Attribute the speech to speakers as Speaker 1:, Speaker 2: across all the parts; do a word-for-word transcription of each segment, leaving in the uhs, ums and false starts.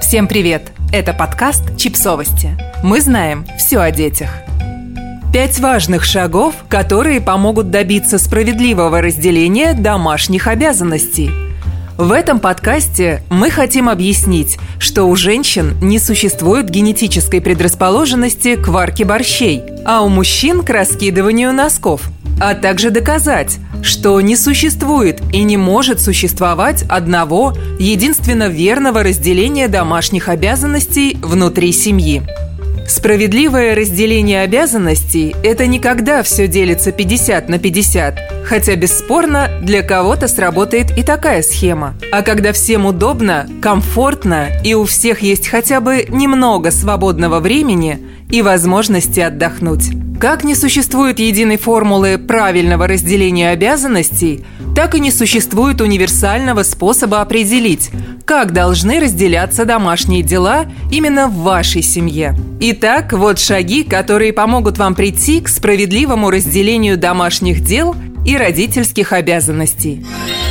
Speaker 1: Всем привет! Это подкаст «Чипсовости». Мы знаем все о детях. Пять важных шагов, которые помогут добиться справедливого разделения домашних обязанностей. В этом подкасте мы хотим объяснить, что у женщин не существует генетической предрасположенности к варке борщей, а у мужчин к раскидыванию носков, а также доказать, что не существует и не может существовать одного единственно верного разделения домашних обязанностей внутри семьи. Справедливое разделение обязанностей – это не когда все делится пятьдесят на пятьдесят, хотя бесспорно для кого-то сработает и такая схема, а когда всем удобно, комфортно и у всех есть хотя бы немного свободного времени и возможности отдохнуть. Как не существует единой формулы правильного разделения обязанностей, так и не существует универсального способа определить, как должны разделяться домашние дела именно в вашей семье. Итак, вот шаги, которые помогут вам прийти к справедливому разделению домашних дел и родительских обязанностей.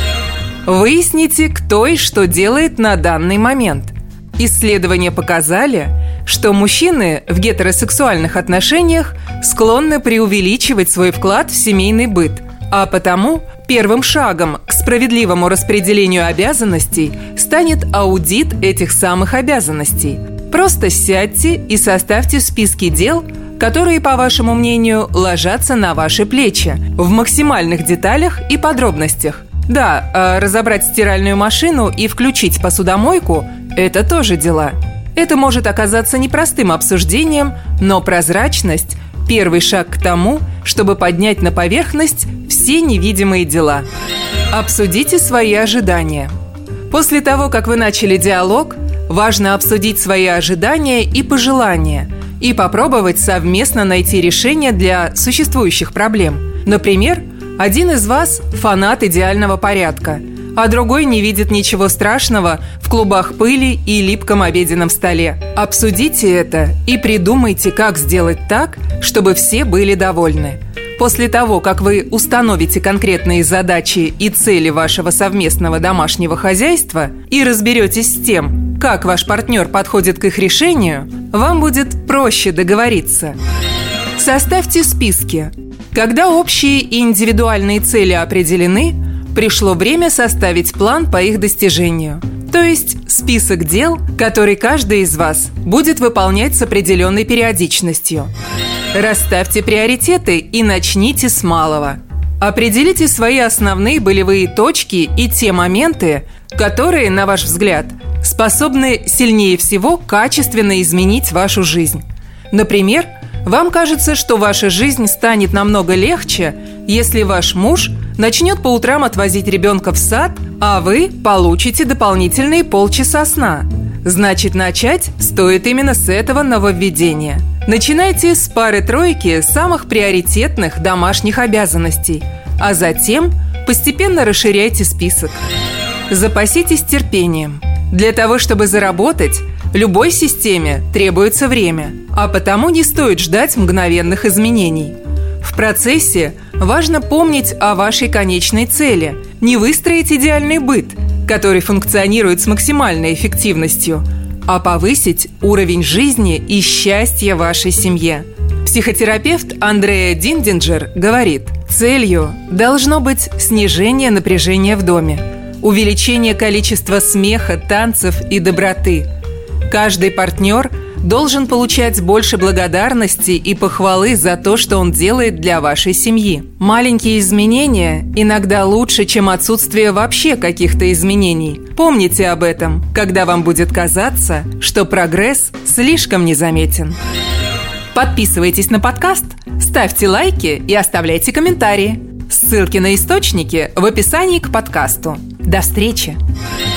Speaker 1: Выясните, кто и что делает на данный момент. Исследования показали, что мужчины в гетеросексуальных отношениях склонны преувеличивать свой вклад в семейный быт, а потому первым шагом к справедливому распределению обязанностей станет аудит этих самых обязанностей. Просто сядьте и составьте списки дел, которые, по вашему мнению, ложатся на ваши плечи, в максимальных деталях и подробностях. Да, разобрать стиральную машину и включить посудомойку – это тоже дела. Это может оказаться непростым обсуждением, но прозрачность – первый шаг к тому, чтобы поднять на поверхность все невидимые дела. Обсудите свои ожидания. После того, как вы начали диалог, важно обсудить свои ожидания и пожелания и попробовать совместно найти решение для существующих проблем. Например, один из вас – фанат идеального порядка, а другой не видит ничего страшного в клубах пыли и липком обеденном столе. Обсудите это и придумайте, как сделать так, чтобы все были довольны. После того, как вы установите конкретные задачи и цели вашего совместного домашнего хозяйства и разберетесь с тем, как ваш партнер подходит к их решению, вам будет проще договориться. Составьте списки. Когда общие и индивидуальные цели определены, пришло время составить план по их достижению. То есть список дел, который каждый из вас будет выполнять с определенной периодичностью. Расставьте приоритеты и начните с малого. Определите свои основные болевые точки и те моменты, которые, на ваш взгляд, способны сильнее всего качественно изменить вашу жизнь. Например, вам кажется, что ваша жизнь станет намного легче, если ваш муж начнет по утрам отвозить ребенка в сад, а вы получите дополнительные полчаса сна. Значит, начать стоит именно с этого нововведения. Начинайте с пары-тройки самых приоритетных домашних обязанностей, а затем постепенно расширяйте список. Запаситесь терпением. Для того, чтобы заработать, любой системе требуется время, а потому не стоит ждать мгновенных изменений. В процессе важно помнить о вашей конечной цели, не выстроить идеальный быт, который функционирует с максимальной эффективностью, а повысить уровень жизни и счастья вашей семье. Психотерапевт Андреа Диндинджер говорит, целью должно быть снижение напряжения в доме, увеличение количества смеха, танцев и доброты. Каждый партнер должен получать больше благодарности и похвалы за то, что он делает для вашей семьи. Маленькие изменения иногда лучше, чем отсутствие вообще каких-то изменений. Помните об этом, когда вам будет казаться, что прогресс слишком незаметен. Подписывайтесь на подкаст, ставьте лайки и оставляйте комментарии. Ссылки на источники в описании к подкасту. До встречи!